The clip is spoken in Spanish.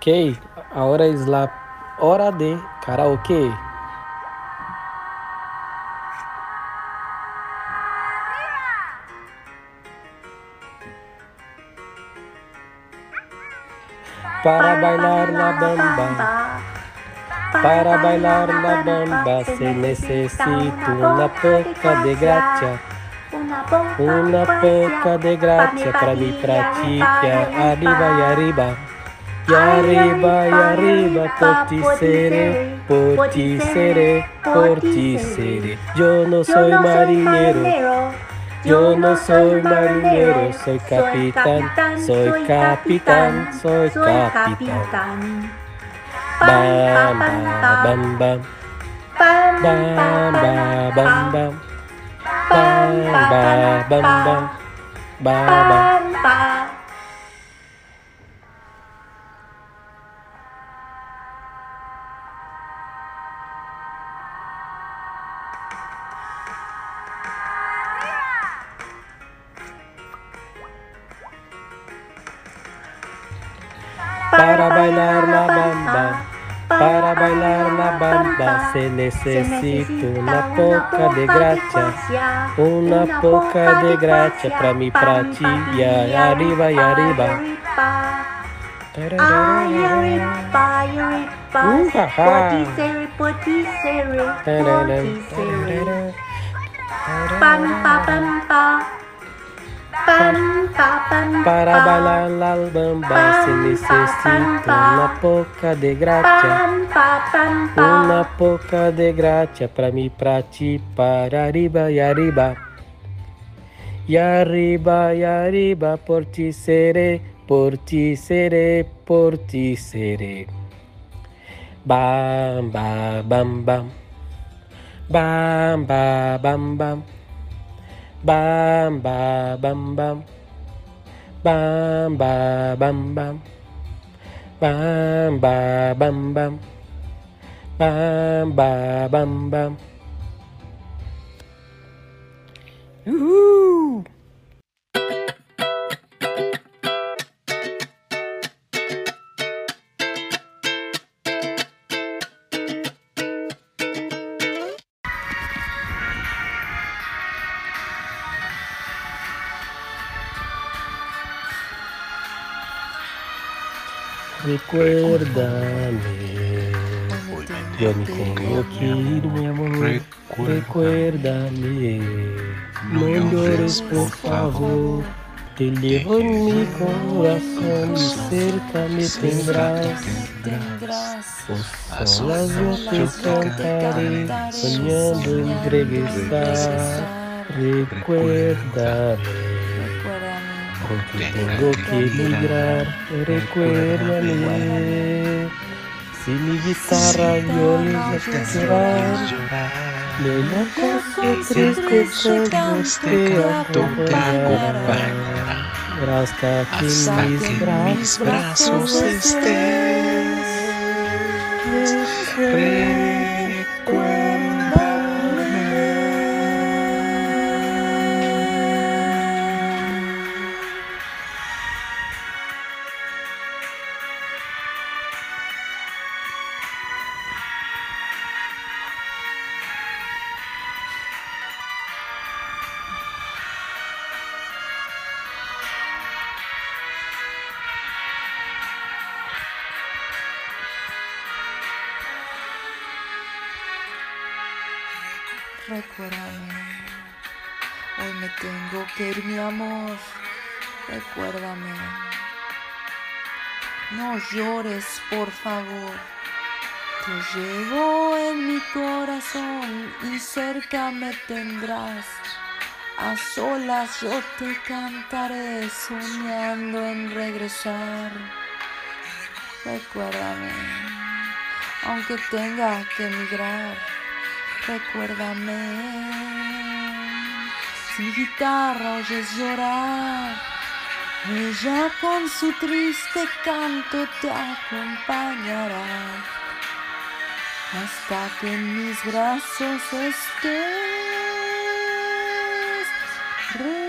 ahora es la hora de karaoke. Para bailar la bamba, para bailar la bamba se necesita una poca de gracia. Una poca de gracia para mi pratica, arriba y arriba. Y arriba y arriba, por ti seré, por ti seré, por ti seré. Yo no soy marinero, yo no soy marinero, soy capitán, soy capitán, soy capitán. Bam, bam, bam, bam, bam, bam, bam, bam. Bam, bam, bam, bam, bam, bam. Para bailar la bamba, para bailar la bamba se necesita una poca de gracia, una poca de gracia para mi pratica, arriba y arriba. Ay, arriba, arriba, potisere, potisere, potisere. Pam, pa, pam, pa. Pam, pa, pam, Para pa. bailar la bamba se necesita una poca de gracia, Pam, pa, pam, pa. una poca de gracia para mi praticar, arriba y arriba. Y arriba, por ti seré, por ti seré, por ti seré. Bam, bam, bam, bam. Bam, bam, bam, bam. Bam, bam, bam, bam. Bam, bam, bam, bam. Bam, bam, bam, bam. Bam, bam, bam, bam. Recuérdame, yo me tengo que ir, mi amor. Recuérdame, no llores por favor. Te llevo en mi corazón y cerca me tendrás. O solas yo te cantaré, soñando en regresar. Recuérdame. Porque tengo que emigrar, recuérdame. Si mi guitarra yo les llorar, de la cosa triste te acompañará. Hasta que mis brazos estés. Recuérdame, hoy me tengo que ir, mi amor. Recuérdame, no llores, por favor. Te llevo en mi corazón y cerca me tendrás. A solas yo te cantaré, soñando en regresar. Recuérdame, aunque tenga que emigrar. Recuérdame, si mi guitarra oyes llorar, ella con su triste canto te acompañará hasta que en mis brazos estés.